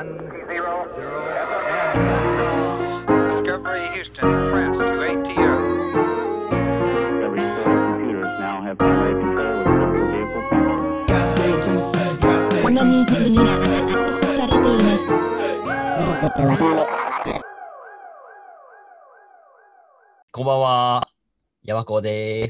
Zero. Discovery Houston, press to ATO. Every set of computers now have primary control of critical vehicle functions. このミュージックにはされています。 こんばんは、山子です。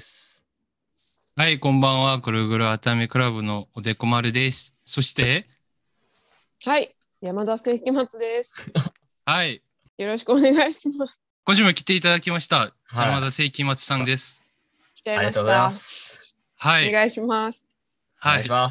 はい、こんばんは。ぐるぐる熱海クラブのおでこ丸です。そして、 はい、山田世紀末です。 はい、 よろしくお願いします。 今週も来ていただきました、 はい、 山田世紀末さんです。 来ちゃいました。 ありがとうございます。 はい、 お願いします。 はい、お願いします。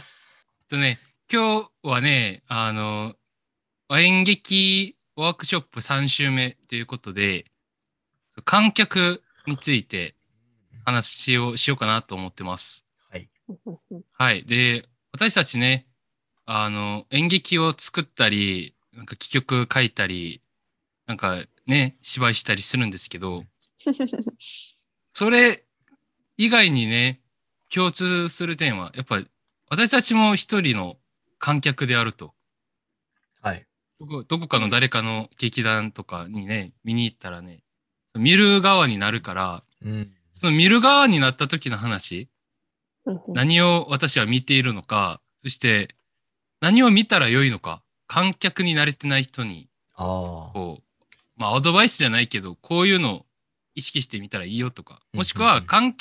今日はね、演劇ワークショップ3週目ということで、観客について話をしようかなと思ってます。 はい。 はい。で、私たちね、演劇を作ったり、なんか戯曲書いたり、なんかね、芝居したりするんですけど、それ以外にね、共通する点は、やっぱり私たちも一人の観客であると。 はい。 どこかの誰かの劇団とかにね、見に行ったらね、見る側になるから、その見る側になった時の話、何を私は見ているのか、そして何を見たらよいのか、観客に慣れてない人に、こう、まあアドバイスじゃないけど、こういうのを意識してみたらいいよとか、もしくは観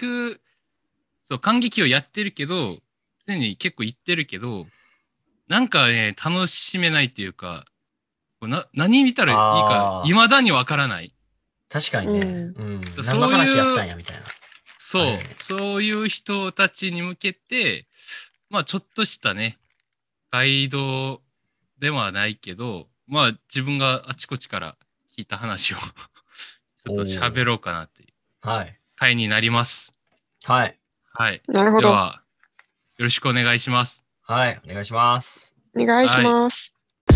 劇をやってるけど、常に結構言ってるけど、なんかね、楽しめないというか、何見たらいいか、未だにわからない。 確かにね。何の話やったんやみたいな。 そういう人たちに向けて、まあちょっとしたね、ガイドではないけど、まあ自分があちこちから聞いた話をちょっと喋ろうかなっていう回になります。 はい。 はい。 なるほど。 では、よろしくお願いします。 はい、お願いします。 お願いします。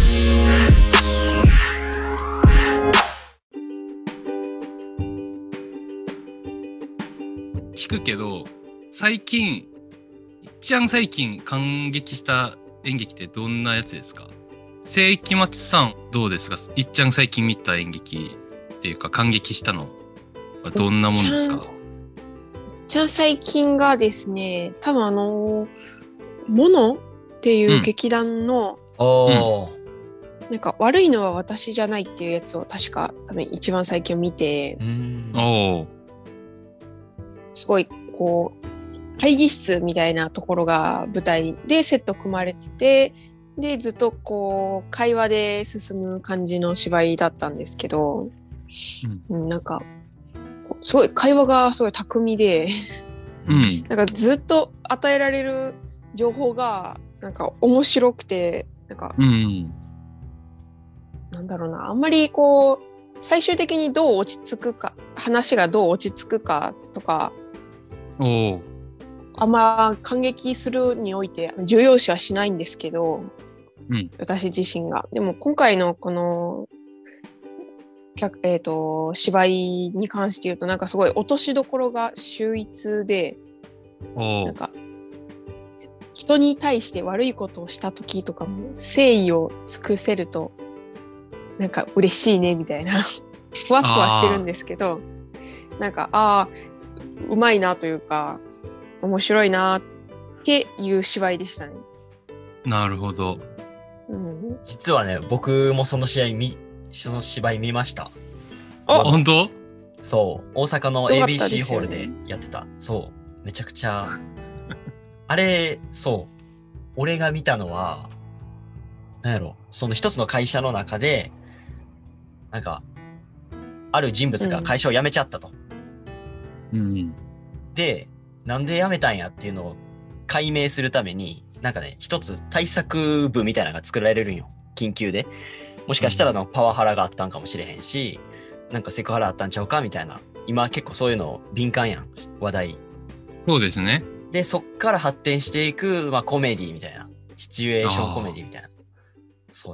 聞くけど、最近感激した演劇ってどんなやつですか？世紀末さんどうですか？いっちゃん最近見た演劇っていうか感激したのはどんなもんですか？いっちゃん最近がですね、多分モノっていう劇団の、なんか悪いのは私じゃないっていうやつを確か多分一番最近見て、すごいこう会議室みたいなところが舞台でセット組まれてて、でずっとこう会話で進む感じの芝居だったんですけど、なんかすごい会話がすごい巧みで、なんかずっと与えられる情報がなんか面白くて、なんか、なんだろうな、あんまりこう最終的にどう落ち着くか、話がどう落ち着くかとか、あんま感激するにおいて重要視はしないんですけど、私自身が。でも今回のこの芝居に関して言うと、なんかすごい落としどころが秀逸で、なんか人に対して悪いことをした時とかも誠意を尽くせるとなんか嬉しいねみたいなふわっとはしてるんですけど、なんかうまいなというか面白いなっていう芝居でしたね。 なるほど。 実はね、僕もその芝居見ました。 本当？ そう、大阪の ABC ホールでやってた。そう、めちゃくちゃあれ、そう、俺が見たのはなんやろ、その一つの会社の中でなんかある人物が会社を辞めちゃったと、でなんで辞めたんやっていうのを解明するためになんかね、一つ対策部みたいなのが作られるんよ、緊急で。もしかしたらパワハラがあったんかもしれへんし、なんかセクハラあったんちゃうかみたいな。今結構そういうの敏感やん、話題。 そうですね。 でそっから発展していく、コメディみたいな、シチュエーションコメディみたいな。そう、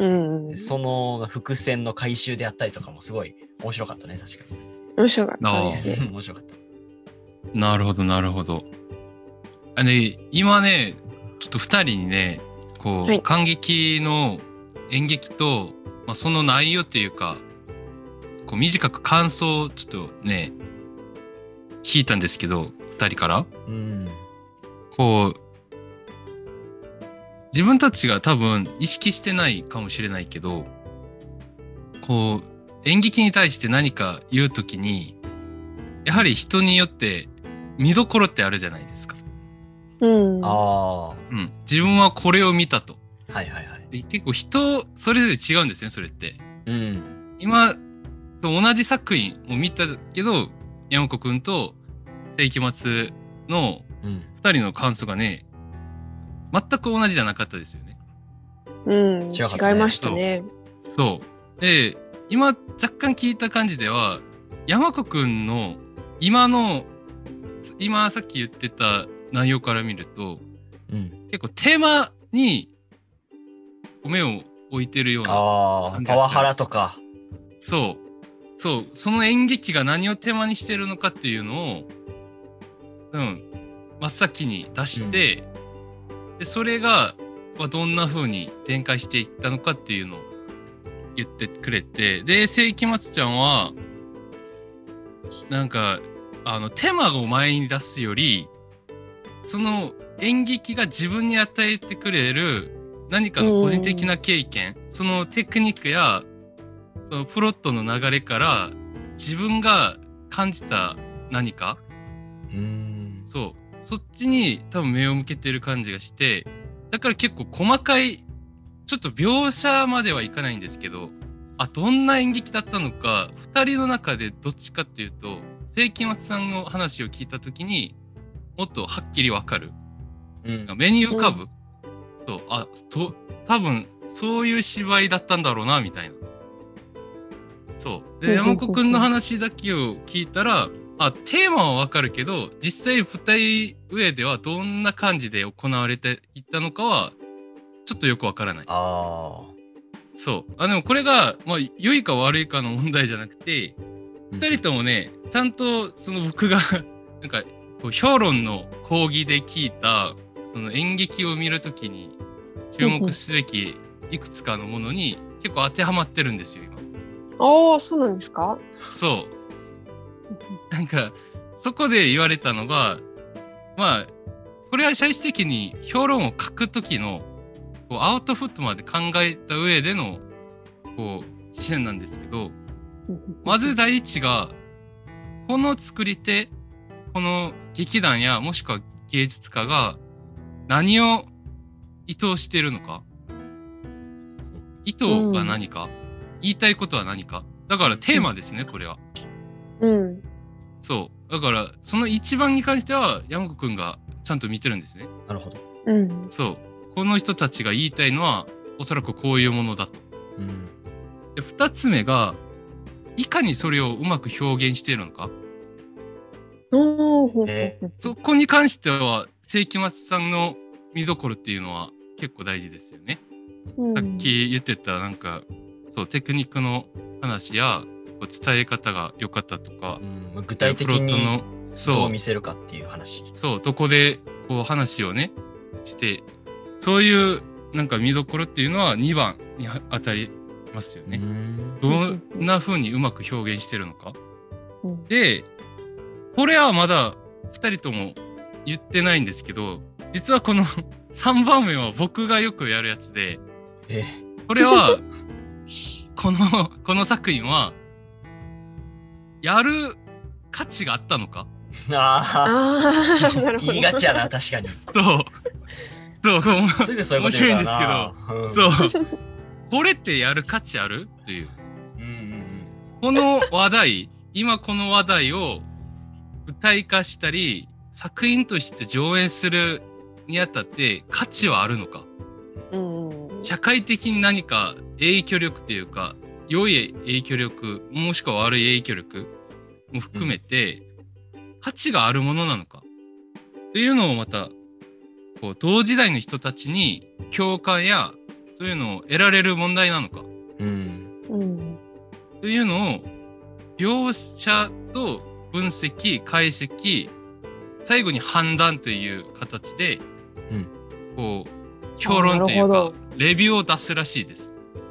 その伏線の回収であったりとかもすごい面白かったね。確かに面白かったですね。 面白かった。 なるほどなるほど。今ねちょっと2人にねこう、感激の演劇と、その内容っていうか、こう短く感想をちょっとね、聞いたんですけど、2人から。こう、自分たちが多分意識してないかもしれないけど、こう、演劇に対して何か言うときに、やはり人によって見どころってあるじゃないですか。自分はこれを見たと。結構人それぞれ違うんですよね、それって。今と同じ作品を見たけど、山子くんと世紀末の2人の感想がね、全く同じじゃなかったですよね。 違いましたね。 そう。で、今若干聞いた感じでは、山子くんの今さっき言ってた内容から見ると、結構テーマに目を置いてるような感じが。 パワハラとか。 その演劇が何をテーマにしてるのかっていうのを、真っ先に出して、でそれがどんな風に展開していったのかっていうのを言ってくれて、で世紀末ちゃんはなんかテーマを前に出すより、その演劇が自分に与えてくれる何かの個人的な経験、そのテクニックやそのプロットの流れから自分が感じた何か、そっちに多分目を向けてる感じがして、だから結構細かい、ちょっと描写まではいかないんですけど、どんな演劇だったのか、2人の中でどっちかっていうと、世紀末さんの話を聞いた時にもっとはっきりわかる、目に浮かぶ、多分そういう芝居だったんだろうなみたいな。で山子くんの話だけを聞いたら、テーマはわかるけど、実際舞台上ではどんな感じで行われていったのかはちょっとよくわからない。でもこれが、良いか悪いかの問題じゃなくて、2人ともね、ちゃんとその僕がなんかこう評論の講義で聞いたその演劇を見るときに注目すべきいくつかのものに結構当てはまってるんですよ、今。 そうなんですか？ なんかそこで言われたのが、これは最終的に評論を書くときのこうアウトプットまで考えた上でのこう視点なんですけど、まず第一が、この作り手、この劇団やもしくは芸術家が何を意図しているのか、意図が何か、言いたいことは何か。だからテーマですね、これは。だからその一番に関しては山子くんがちゃんと見てるんですね。 なるほど。 この人たちが言いたいのはおそらくこういうものだと。で2つ目が、いかにそれをうまく表現しているのか。そこに関しては世紀末さんの見どころっていうのは結構大事ですよね。さっき言ってたなんかテクニックの話や伝え方が良かったとか、 具体的にどう見せるかっていう話。 どこでこう話をねして、そういうなんか見どころっていうのは2番に当たりますよね。どんな風にうまく表現してるのか。でこれはまだ2人とも言ってないんですけど、実はこの3番目は僕がよくやるやつで、これはこの作品はやる価値があったのか。 言いがちやな、確かに。すぐそういうこと言うからな。 面白いんですけど、これってやる価値あるという。この話題、今この話題を舞台化したり作品として上演するにあたって価値はあるのか。社会的に何か影響力というか、良い影響力もしくは悪い影響力も含めて、価値があるものなのかというのをまたこう同時代の人たちに共感やそういうのを得られる問題なのか、というのを描写と分析解析、最後に判断という形で、こう評論というかレビューを出すらしいです。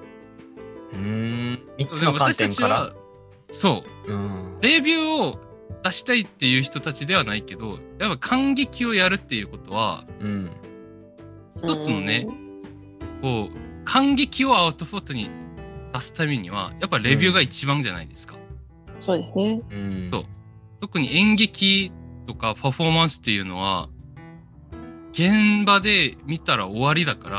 3つの観点から。 そう、レビューを出したいっていう人たちではないけど、やっぱ感激をやるっていうことは、一つのね、こう感激をアウトプットに出すためにはやっぱレビューが一番じゃないですか。 そうですね。 そう。特に演劇とかパフォーマンスっていうのは現場で見たら終わりだから、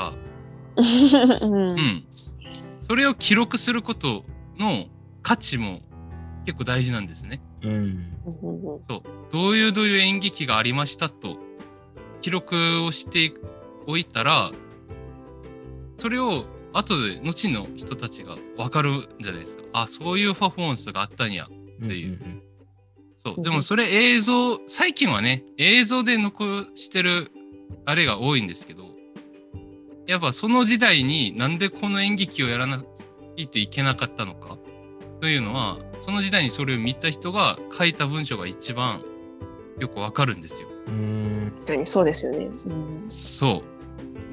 それを記録することの価値も結構大事なんですね。そう。どういう演劇がありましたと記録をしておいたら、それを後で後の人たちが分かるんじゃないですか。あ、そういうパフォーマンスがあったんやっていう。そう。でもそれ映像、最近はね、映像で残してるあれが多いんですけど、やっぱその時代になんでこの演劇をやらないといけなかったのかというのは、その時代にそれを見た人が書いた文章が一番よくわかるんですよ。 確かにそうですよね。 そう。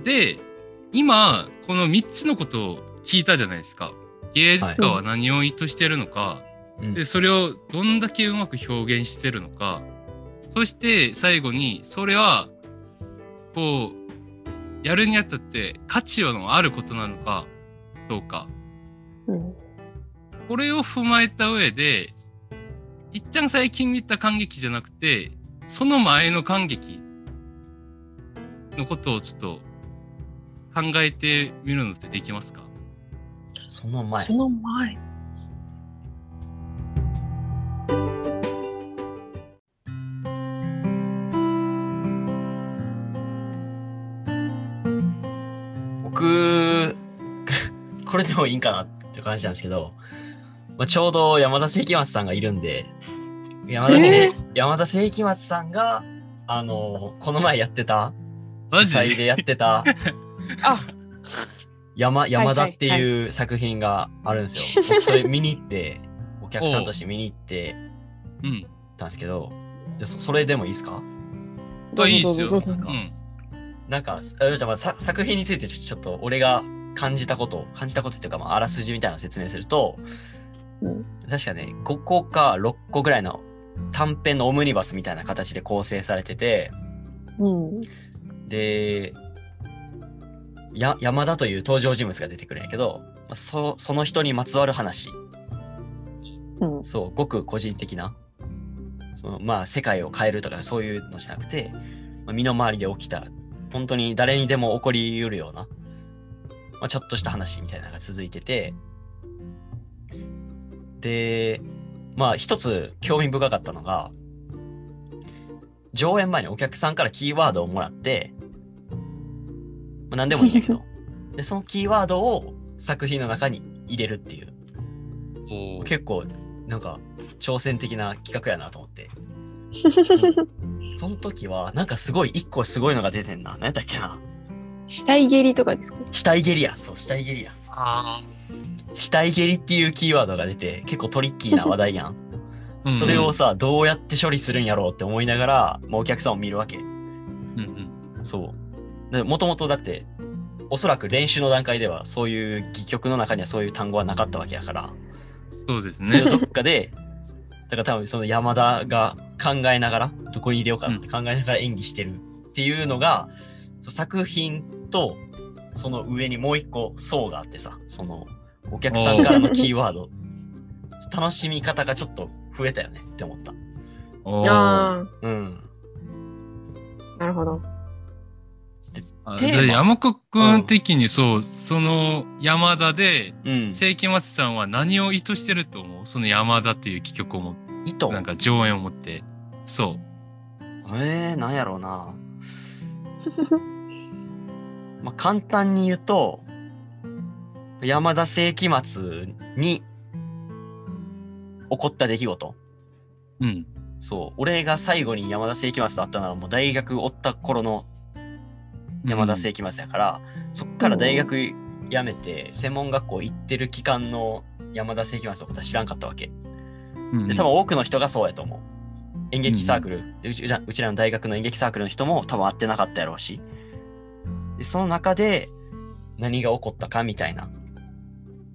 で、今この3つのことを聞いたじゃないですか。芸術家は何を意図してるのか、でそれをどんだけうまく表現してるのか、そして最後にそれはこうやるにあたって価値のあることなのかどうか、これを踏まえた上で、いっちゃん最近見た感激じゃなくてその前の感激のことをちょっと考えてみるのってできますか？ その前。僕これでもいいんかなって感じなんですけど、ちょうど山田世紀末さんがいるんで、山田世紀末さんがこの前やってた主催でやってた山田っていう作品があるんですよ。僕それ見に行ってお客さんとして見に行ってたんですけど、それでもいいですか？ どうぞ。 なんか作品についてちょっと俺が感じたことっていうか、あらすじみたいなのを説明すると、確かね5個か6個ぐらいの短編のオムニバスみたいな形で構成されてて、で山田という登場人物が出てくるんやけど、その人にまつわる話、そうごく個人的な世界を変えるとか、そういうのじゃなくて、身の回りで起きた本当に誰にでも起こりうるような、ちょっとした話みたいなのが続いてて、で一つ興味深かったのが、上演前にお客さんからキーワードをもらって、何でもいいんだけどでそのキーワードを作品の中に入れるっていう、結構なんか挑戦的な企画やなと思ってその時はなんかすごい一個すごいのが出てんな。何だっけな。 死体蹴りとかですか？ 死体蹴りや。死体蹴りや。死体蹴りっていうキーワードが出て、結構トリッキーな話題やん。それをさ、どうやって処理するんやろうって思いながら、お客さんを見るわけ。そう。もともとだって、おそらく練習の段階では、そういう戯曲の中にはそういう単語はなかったわけやから。 そうですね。 どっかで、だから多分その山田が考えながら、どこに入れようかって考えながら演技してるっていうのが、作品とその上にもう一個層があってさ、そのお客さんからのキーワード、楽しみ方がちょっと増えたよねって思った。 なるほど。 山子くん的にその山田で、世紀末さんは何を意図してると思う？その山田っていう戯曲を持って、なんか上演を持って。そう。 なんやろうな。簡単に言うと、山田世紀末に起こった出来事。そう。俺が最後に山田世紀末と会ったのはもう大学おった頃の山田世紀末やから、そっから大学辞めて専門学校行ってる期間の山田世紀末のことは知らんかったわけ。で、多分多くの人がそうやと思う。演劇サークル、うちらの大学の演劇サークルの人も多分会ってなかったやろうし。でその中で何が起こったかみたいな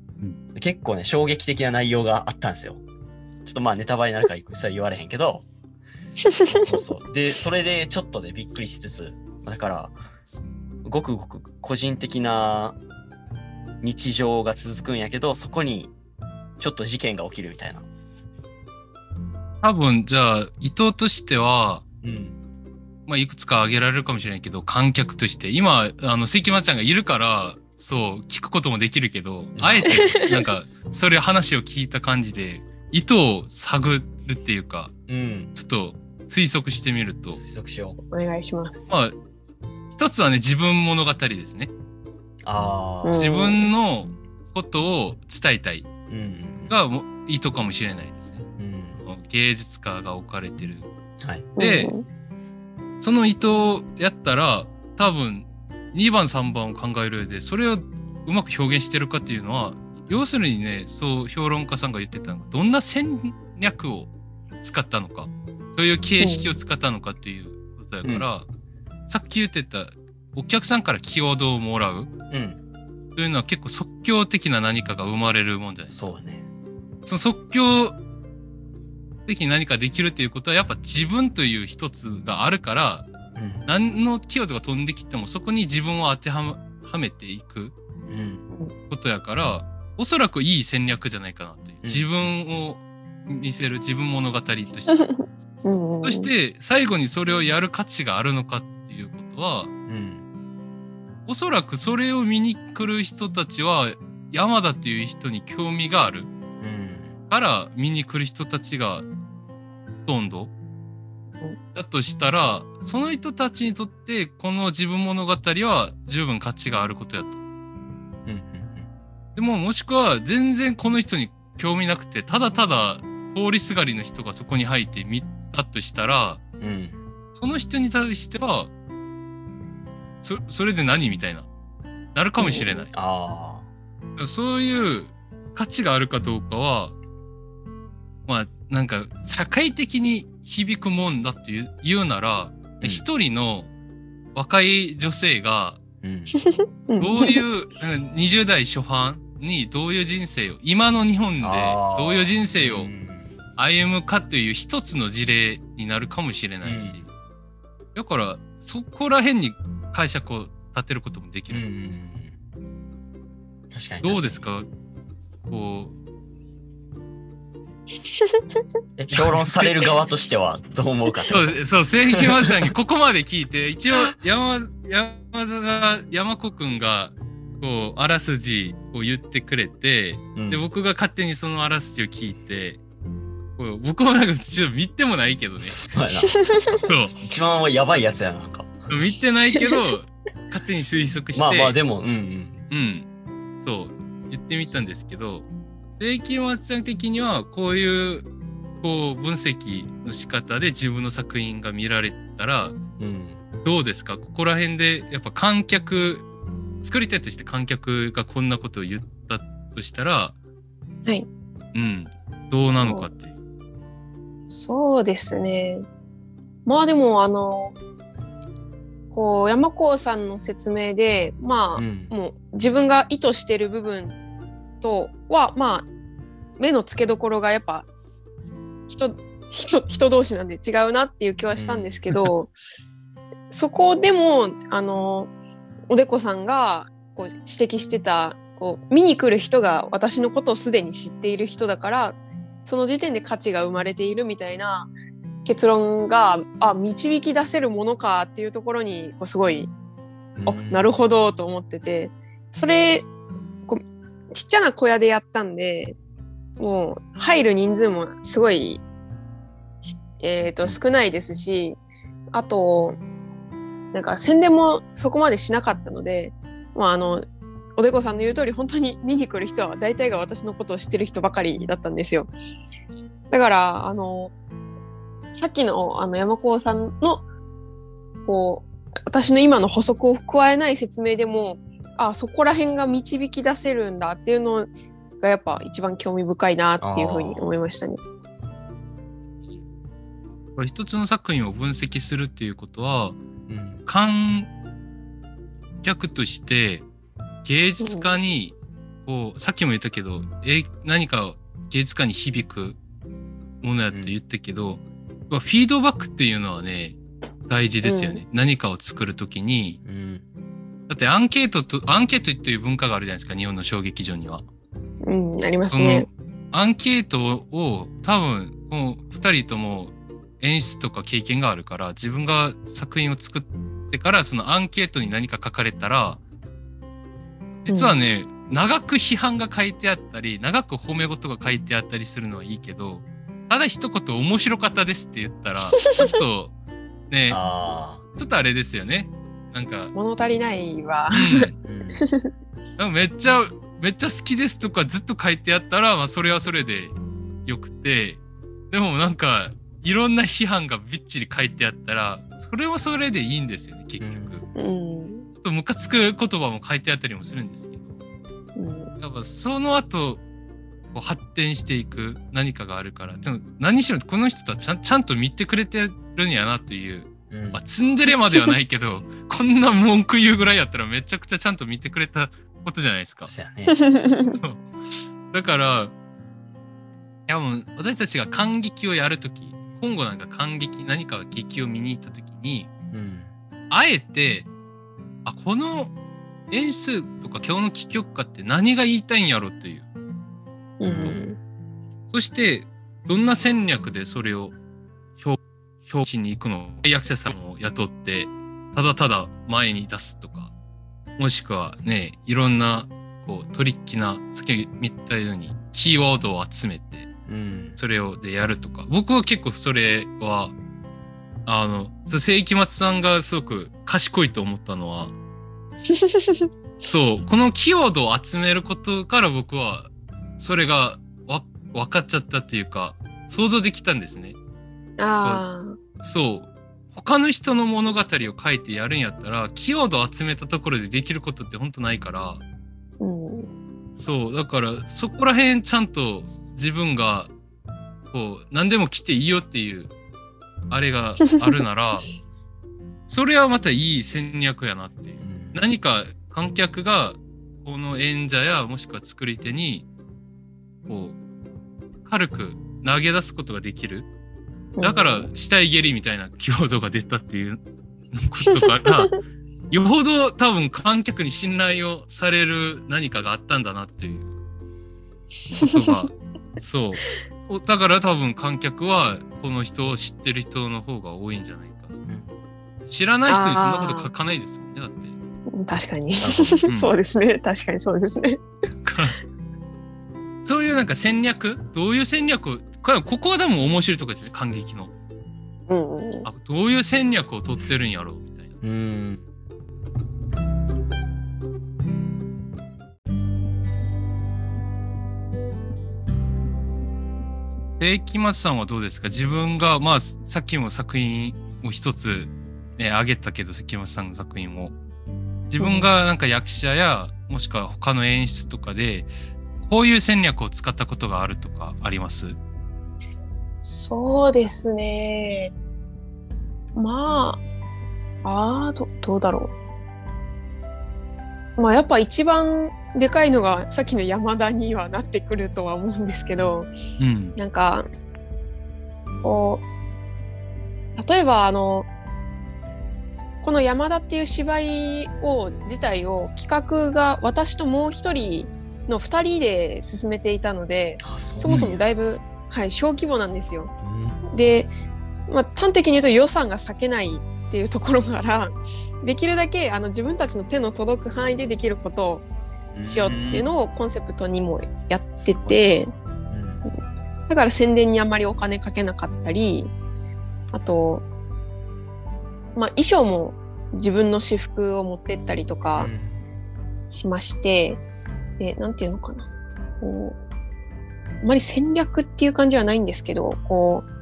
結構ね、衝撃的な内容があったんですよ。ちょっとまあネタバレになるからそれは言われへんけど、そう。で、それでちょっとね、びっくりしつつ、だから、ごくごく個人的な日常が続くんやけど、そこにちょっと事件が起きるみたいな。 多分、じゃあ、伊藤としては、 うん。 まあ、いくつか挙げられるかもしれないけど、観客として、今、関松ちゃんがいるから、そう、聞くこともできるけど、あえて、なんか、それ話を聞いた感じで、意図を探るっていうか、 うん。 ちょっと推測してみると、 推測しよう。 お願いします。 まあ、一つはね、自分物語ですね。 ああ。 自分のことを伝えたいうん。 が意図かもしれないですね。 うん。 芸術家が置かれてる。 はい。 で、その意図をやったら、多分、2番、3番を考える上で、それをうまく表現してるかっていうのは、要するにね、そう、評論家さんが言ってたのが、どんな戦略を使ったのか、どういう形式を使ったのかっていうことやから、さっき言ってた、お客さんからキーワードをもらう、というのは結構即興的な何かが生まれるもんじゃないですか。 そうね。 その即興的に何かできるっていうことは、やっぱ自分という一つがあるから、何のキーワードが飛んできても、そこに自分を当てはめていくことやから、おそらくいい戦略じゃないかなっていう。自分を見せる自分物語として。そして最後にそれをやる価値があるのかっていうことは、おそらくそれを見に来る人たちは山田っていう人に興味があるから見に来る人たちがほとんどだとしたら、その人たちにとってこの自分物語は十分価値があることやと。でももしくは全然この人に興味なくて、ただただ通りすがりの人がそこに入って見たとしたら、その人に対してはそれで何みたいなるかもしれない。そういう価値があるかどうかは、まあなんか社会的に響くもんだって言うなら、一人の若い女性がどういう20代初半にどういう人生を、今の日本でどういう人生を歩むかという一つの事例になるかもしれないし、だからそこら辺に解釈を立てることもできるんですよ。 確かに。 どうですか、こう評論される側としてはどう思うか。 そう、関松ちゃんにここまで聞いて、一応山子くんがこうあらすじを言ってくれて、で僕が勝手にそのあらすじを聞いて、僕もなんかちょっと見てもないけどね。そう一番やばいやつやな、なんか。 見てないけど勝手に推測して、 まあでもそう言ってみたんですけど、関松ちゃん的にはこういう分析の仕方で自分の作品が見られたらどうですか？ここら辺でやっぱ作り手として観客がこんなことを言ったとしたら、どうなのかっていう。 そうですね。まあでも山子さんの説明で、もう自分が意図してる部分とは目の付けどころがやっぱ人同士なんで違うなっていう気はしたんですけど、そこでもおでこさんが指摘してた見に来る人が私のことをすでに知っている人だから、その時点で価値が生まれているみたいな結論が導き出せるものかっていうところにすごいなるほどと思ってて、それちっちゃな小屋でやったんで、もう入る人数もすごい、少ないですし、あとなんか宣伝もそこまでしなかったので、おでこさんの言う通り本当に見に来る人は大体が私のことを知ってる人ばかりだったんですよ。だからさっきの山子さんの私の今の補足を加えない説明でも、そこら辺が導き出せるんだっていうのがやっぱ一番興味深いなっていうふうに思いましたね。 これ一つの作品を分析するっていうことは、観客として芸術家にこうさっきも言ったけど、何か芸術家に響くものやって言ったけど、フィードバックっていうのはね大事ですよね。何かを作るときに、だってアンケートっていう文化があるじゃないですか、日本の小劇場には。 ありますね。 アンケートを多分もう2人とも演出とか経験があるから、自分が作品を作ってからそのアンケートに何か書かれたら、実はね、長く批判が書いてあったり長く褒め事が書いてあったりするのはいいけど、ただ一言面白かったですって言ったらちょっとねちょっとあれですよね。なんか物足りないわ。 めっちゃ好きですとかずっと書いてあったら、まあそれはそれでよくて、でもなんかいろんな批判がびっちり書いてあったらそれはそれでいいんですよね結局。ちょっとムカつく言葉も書いてあったりもするんですけど、やっぱその後こう発展していく何かがあるから、でも何しろこの人とはちゃんと見てくれてるんやなという、まあ、ツンデレまではないけどこんな文句言うぐらいやったらめちゃくちゃちゃんと見てくれたことじゃないですか。 そうやね。 そうだからいやもう私たちが観劇をやるとき、今後なんか何か劇を見に行ったときに、あえてこの演出とか今日の戯曲家って何が言いたいんやろという、そしてどんな戦略でそれを表紙に行くの、役者さんを雇ってただただ前に出すとか、もしくはねいろんなこうトリッキーな、さっき言ったようにキーワードを集めてそれをでやるとか、僕は結構それは世紀末さんがすごく賢いと思ったのはそうこのキーワードを集めることから僕はそれが分かっちゃったっていうか想像できたんですね。そう他の人の物語を書いてやるんやったらキーワードを集めたところでできることって本当ないから、そうだからそこら辺ちゃんと自分がこう何でも来ていいよっていうあれがあるならそれはまたいい戦略やなっていう、何か観客がこの演者やもしくは作り手にこう軽く投げ出すことができる。だから死体蹴りみたいなキーワードが出たっていうことからよほど多分観客に信頼をされる何かがあったんだなっていうことがそうだから多分観客はこの人を知ってる人の方が多いんじゃないか、知らない人にそんなこと書かないですもんね。だって確かにそうですね、確かにそうですね。 そういうなんか戦略、どういう戦略をここはでも面白いところですね、観劇の、どういう戦略を取ってるんやろうみたいな。世紀末さんはどうですか？自分がまあさっきも作品を一つ、挙げたけど、世紀末さんの作品も自分がなんか役者やもしくは他の演出とかでこういう戦略を使ったことがあるとかあります？ そうですね。まあ、どうだろう。まあやっぱ一番でかいのがさっきの山田にはなってくるとは思うんですけど、なんかこう例えばこの山田っていう芝居自体を企画が私ともう一人の2人で進めていたので、そもそもだいぶ、小規模なんですよ。で、端的に言うと予算が割けないっていうところからできるだけ自分たちの手の届く範囲でできることをしようっていうのをコンセプトにもやってて、だから宣伝にあんまりお金かけなかったり、あと、衣装も自分の私服を持ってったりとかしまして、でなんていうのかな、こうあまり戦略っていう感じはないんですけど、こう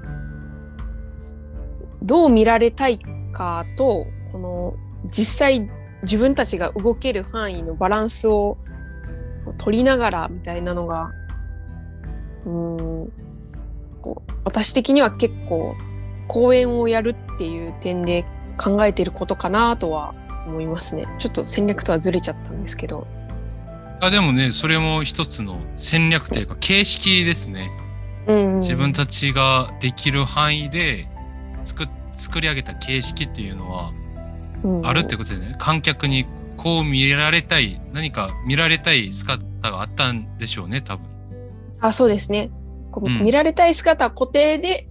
どう見られたいかとこの実際自分たちが動ける範囲のバランスを取りながらみたいなのがこう私的には結構公演をやるっていう点で考えていることかなとは思いますね。ちょっと戦略とはずれちゃったんですけど。 でもね、それも一つの戦略というか形式ですね。自分たちができる範囲で作り上げた形式っていうのはあるってことですね。観客にこう見られたい、何か見られたい姿があったんでしょうね、多分。 そうですね。見られたい姿は固定で、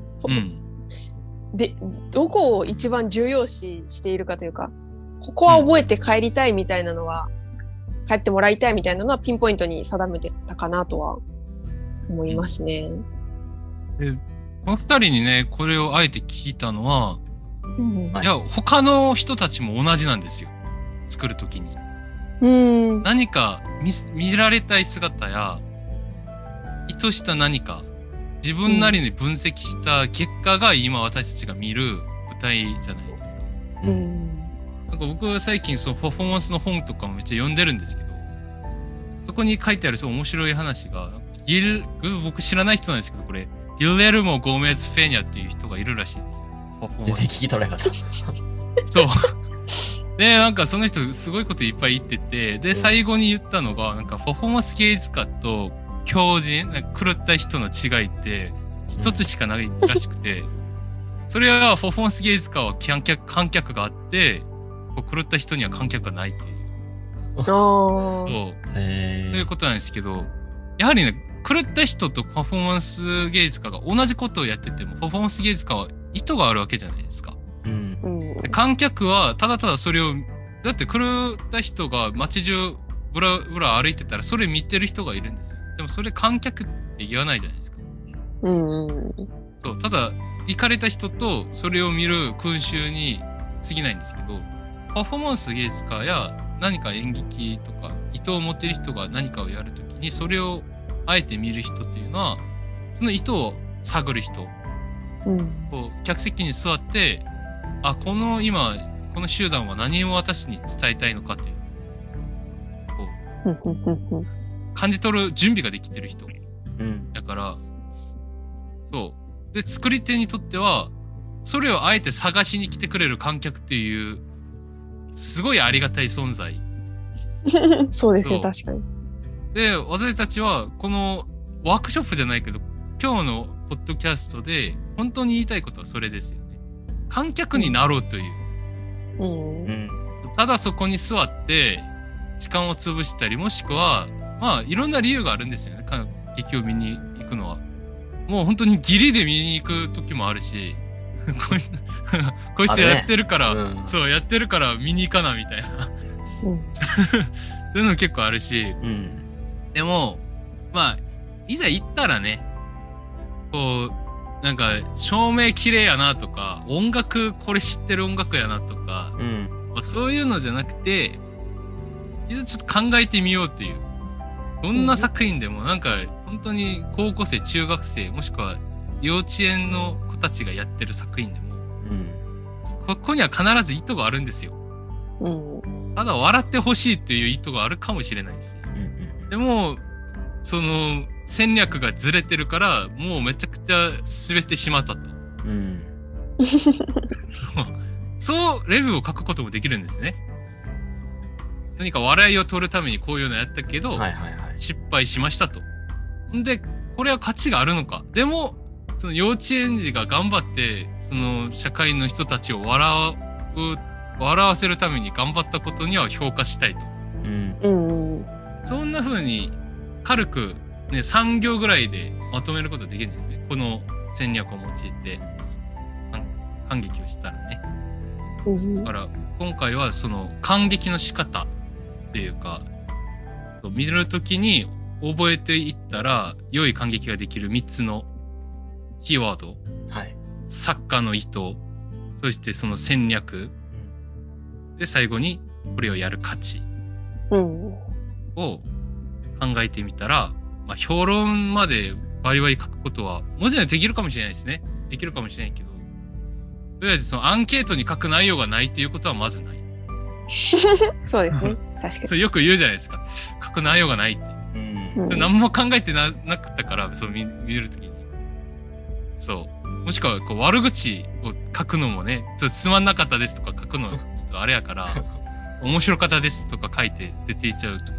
で、どこを一番重要視しているかというか、ここは覚えて帰りたいみたいなのは、帰ってもらいたいみたいなのはピンポイントに定めてたかなとは思いますね。 この二人にね、これをあえて聞いたのは、いや、他の人たちも同じなんですよ。作るときに。何か見られたい姿や、意図した何か、自分なりに分析した結果が今私たちが見る舞台じゃないですか。なんか僕は最近そのパフォーマンスの本とかもめっちゃ読んでるんですけど、そこに書いてある面白い話が、僕知らない人なんですけど、これ、ギルレルモ・ゴメズ・フェニャっていう人がいるらしいんですよ。パフォーマンス。 全然聞き取れなかった。 そう。で、なんかその人すごいこといっぱい言ってて、で、最後に言ったのが、なんかパフォーマンス芸術家と狂人、狂った人の違いって一つしかないらしくて、それはパフォーマンス芸術家は観客があって、狂った人には観客がないっていう。そういうことなんですけど、やはりね、狂った人とパフォーマンス芸術家が同じことをやってても、パフォーマンス芸術家は意図があるわけじゃないですか。で観客はただただそれを、だって狂った人が街中ぶらぶら歩いてたらそれ見てる人がいるんですよ。でもそれ観客って言わないじゃないですか。そう、ただ行かれた人とそれを見る群衆に過ぎないんですけど、パフォーマンス芸術家や何か演劇とか意図を持っている人が何かをやるときにそれをあえて見る人っていうのはその意図を探る人、こう客席に座ってこの集団は何を私に伝えたいのかっていうこう感じ取る準備ができてる人、だからそうで作り手にとってはそれをあえて探しに来てくれる観客っていうすごいありがたい存在。 そうですね、確かに。 で、私たちはこのワークショップじゃないけど、今日のポッドキャストで本当に言いたいことはそれですよね。観客になろうという。ただそこに座って時間を潰したり、もしくは、いろんな理由があるんですよね。劇を見に行くのは。もう本当にギリで見に行く時もあるし、こいつやってるから、そうやってるから見に行かなみたいな、そういうの結構あるし、でもいざ行ったらね、こうなんか照明綺麗やなとか、音楽これ知ってる音楽やなとか、そういうのじゃなくて、いざちょっと考えてみようっていう、どんな作品でもなんか本当に高校生、中学生、もしくは幼稚園の子たちがやってる作品でも、ここには必ず意図があるんですよ。ただ笑ってほしいっていう意図があるかもしれないし、でもその戦略がずれてるからもうめちゃくちゃ滑ってしまったと。そうレビューを書くこともできるんですね。何か笑いを取るためにこういうのやったけど、失敗しましたと。でこれは価値があるのか。でもその幼稚園児が頑張ってその社会の人たちを笑わせるために頑張ったことには評価したいと。そんな風に軽くね3行ぐらいでまとめることができるんですね。この戦略を用いて感激をしたらね。だから今回はその感激の仕方っていうか、そう見るときに覚えていったら良い感激ができる3つのキーワード、作家の意図、そしてその戦略、で最後にこれをやる価値を考えてみたら、評論までバリバリ書くことはもちろんできるかもしれないですね。できるかもしれないけど、とりあえずそのアンケートに書く内容がないということはまずない。 そうですね、確かに。 それよく言うじゃないですか。書く内容がないって。何も考えてなかったからそう見るときに、そうもしくはこう悪口を書くのもね、ちょっとつまんなかったですとか書くのちょっとあれやから面白かったですとか書いて出ていっちゃう時もあるけ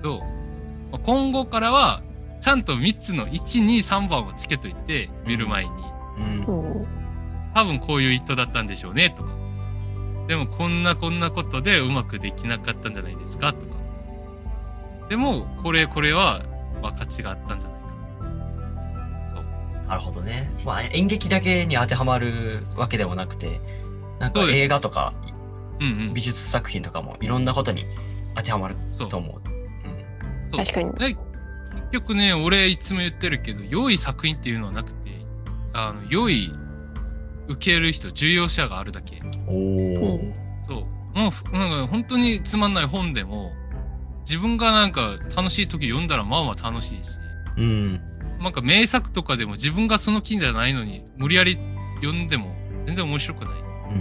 ど、今後からはちゃんと3つの1、2、3番をつけといて見る前に、多分こういう意図だったんでしょうねとか、でもこんなことでうまくできなかったんじゃないですかとか、でもこれは、価値があったんじゃないか。そう。 なるほどね。演劇だけに当てはまるわけでもなくて、なんか映画とか美術作品とかもいろんなことに当てはまると思う。 確かに。 結局ね、俺いつも言ってるけど、良い作品っていうのはなくて、良い受ける人、重要者があるだけ。そう。もうなんか本当につまんない本でも、自分がなんか楽しい時読んだらまあまあ楽しいし、なんか名作とかでも自分がその気じゃないのに無理やり読んでも全然面白くない。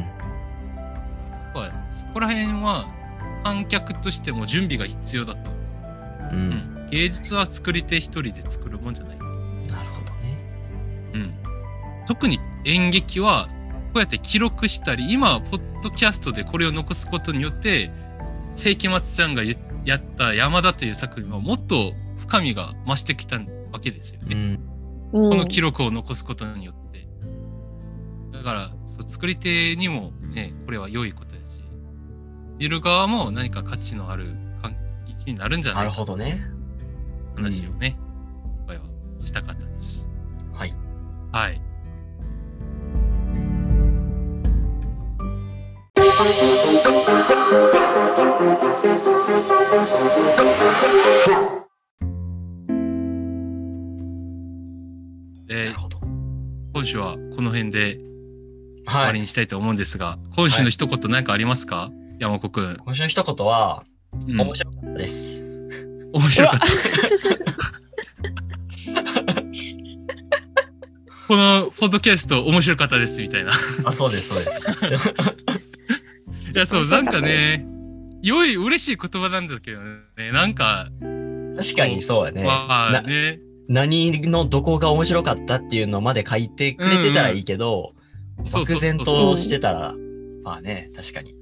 そこら辺は観客としても準備が必要だと。芸術は作り手一人で作るもんじゃない。なるほどね。 特に演劇はこうやって記録したり、今ポッドキャストでこれを残すことによって世紀末ちゃんがやった山田という作品はもっと深みが増してきたわけですよね。この記録を残すことによって。だから作り手にもね、これは良いことですし、見る側も何か価値のある関係になるんじゃないか。 なるほどね。 話をね、今回はしたかったです。 はい。 はい。今週はこの辺で終わりにしたいと思うんですが、今週の一言何かありますか、山子くん。 今週の一言は、面白かったです。 面白かった。このポッドキャスト面白かったですみたいな。 そうです。 いや、そう、なんかね、嬉しい言葉なんだけどね、なんか。 確かにそうやね。何のどこが面白かったっていうのまで書いてくれてたらいいけど、漠然としてたら、まあね、確かに。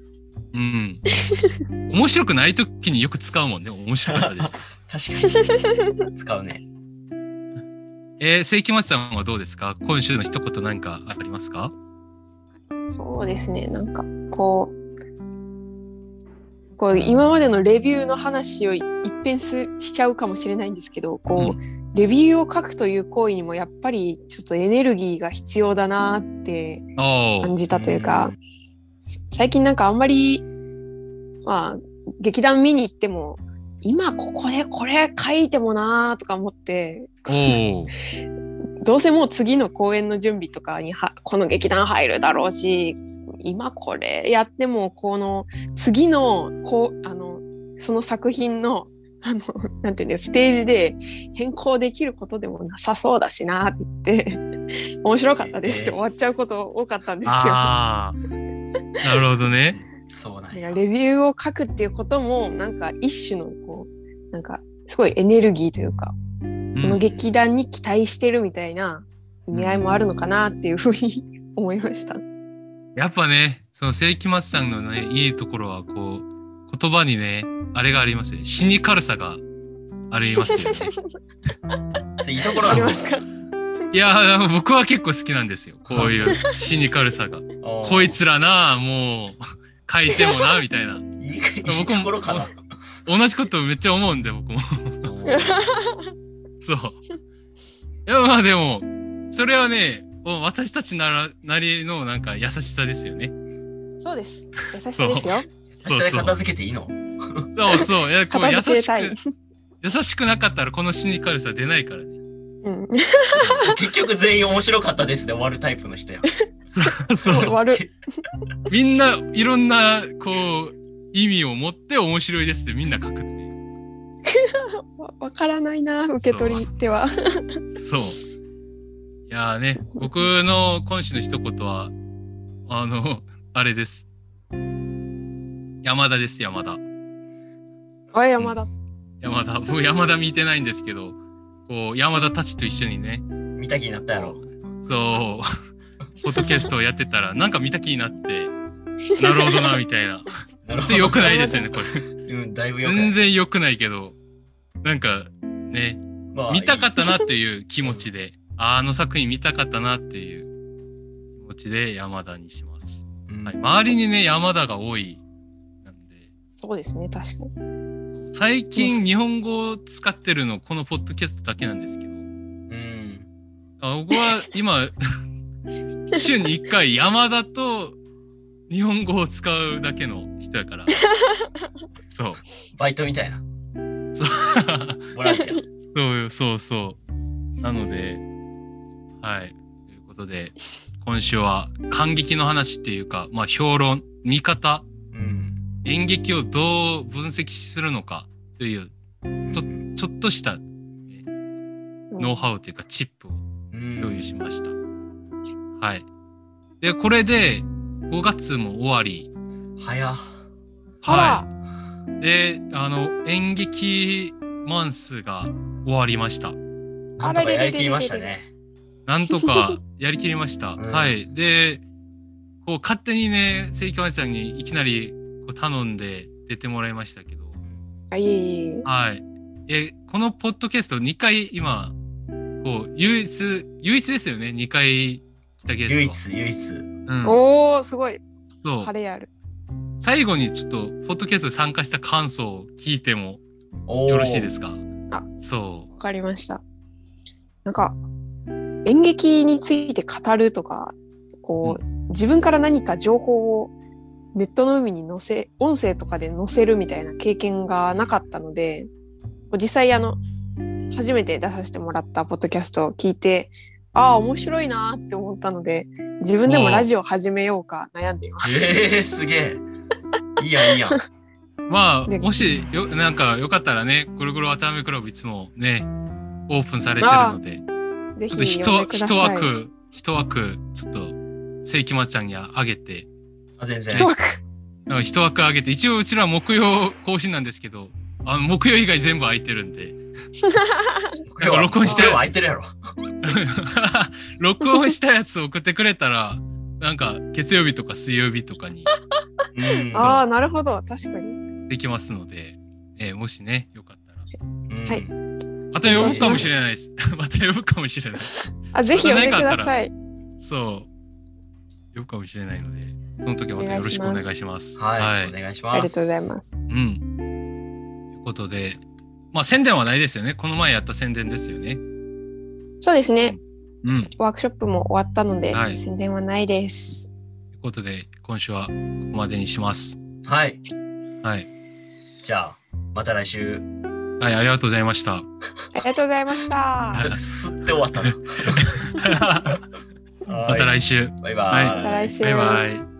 面白くないときによく使うもんね、面白かったです。 確かに。使うね。 世紀末さんはどうですか？今週の一言何かありますか？ そうですね、なんかこう今までのレビューの話を一変しちゃうかもしれないんですけど、レビューを書くという行為にもやっぱりちょっとエネルギーが必要だなって感じたというか、最近なんかあんまり劇団見に行っても今ここでこれ書いてもなーとか思ってどうせもう次の公演の準備とかにこの劇団入るだろうし、今これやってもこの次のその作品のなんていうのステージで変更できることでもなさそうだしなって言って面白かったですって終わっちゃうこと多かったんですよ。 なるほどね。 そうなんや。レビューを書くっていうこともなんか一種のなんかすごいエネルギーというか、その劇団に期待してるみたいな意味合いもあるのかなっていうふうに思いました。 やっぱね、その世紀末さんのね、いいところは言葉にね、あれがありますよね。シニカルさがありますよね。 いいところありますか？ いや、僕は結構好きなんですよ。こういうシニカルさが。こいつらな、もう書いてもなみたいな。 僕も同じことめっちゃ思うんで、僕も。そう。いや、まあでもそれはね、私たちなりのなんか優しさですよね。 そうです。優しさですよ。 それ片付けていいの？ そう。いや、こう片付けたい。 優しくなかったらこのシニカルさ出ないからね。 結局全員面白かったですで終わるタイプの人や。 そう。 終わる。 みんないろんな意味を持って面白いですってみんな書くっていう。 わからないな、受け取り手は。そう。 いやね、僕の今週の一言はあれです。山田です、山田。 山田。 僕山田見てないんですけど、山田たちと一緒にね。 見た気になったやろ。 そう。ポッドキャストをやってたら、なんか見た気になって、なるほどな、みたいな。全然良くないですよね、これ。 だいぶ良くない。 全然良くないけど、 なんかね、 まあ見たかったなっていう気持ちで、あの作品見たかったなっていう気持ちで山田にします。 うんはい、周りにね、山田が多い。なんで、 そうですね、確かに。 最近日本語を使ってるの、このポッドキャストだけなんですけど、僕は今、週に1回山田と日本語を使うだけの人やから。そう。 バイトみたいな。 そう。 ボランティア。 そう。なので、はい。ということで、今週は感激の話っていうか、まあ評論、見方、演劇をどう分析するのかという、ちょっとした、ノウハウというかチップを共有しました。はい。で、これで5月も終わり。 早っ。 はい。で、演劇マンスが終わりました。 なんとかやりきりましたね。 なんとかやりきりました。はい。で、こう勝手にね、関川さんにいきなりこう頼んで出てもらいましたけど。はい。このポッドキャスト2回今、こう唯一ですよね、2回来たゲスト。唯一。 おー、すごい。 そう。 晴れある。 最後にちょっとポッドキャスト参加した感想を聞いてもよろしいですか？そう。 わかりました。なんか演劇について語るとか、こう、自分から何か情報をネットの海に音声とかで載せるみたいな経験がなかったので、実際初めて出させてもらったポッドキャストを聞いて、面白いなって思ったので、自分でもラジオ始めようか悩んでいます。 すげえ。いいやん。 まあ、もしなんかよかったらね、ぐるぐるわたあめクラブいつもね、オープンされてるので、 ぜひ呼んでください。 一枠、ちょっと、関間ちゃんにあげて。 全然。 一枠あげて、一応うちら木曜更新なんですけど、木曜以外全部空いてるんで。録音した空いてるやろ。 録音したやつ送ってくれたら、なんか月曜日とか水曜日とかに。 なるほど、確かに。 できますので、もしね、よかったら。 はい。 また呼ぶかもしれないです。また呼ぶかもしれない。 ぜひ呼んでください。 そう。呼ぶかもしれないので、その時はまたよろしくお願いします。 はい。お願いします。 ありがとうございます。 ということで、まあ宣伝はないですよね。この前やった宣伝ですよね。 そうですね。ワークショップも終わったので、宣伝はないです。 ということで、今週はここまでにします。 はい。 はい。 じゃあ、また来週。 はい、ありがとうございました。 ありがとうございました。 すって終わったの。 また来週。 バイバイ。 また来週。 バイバイ。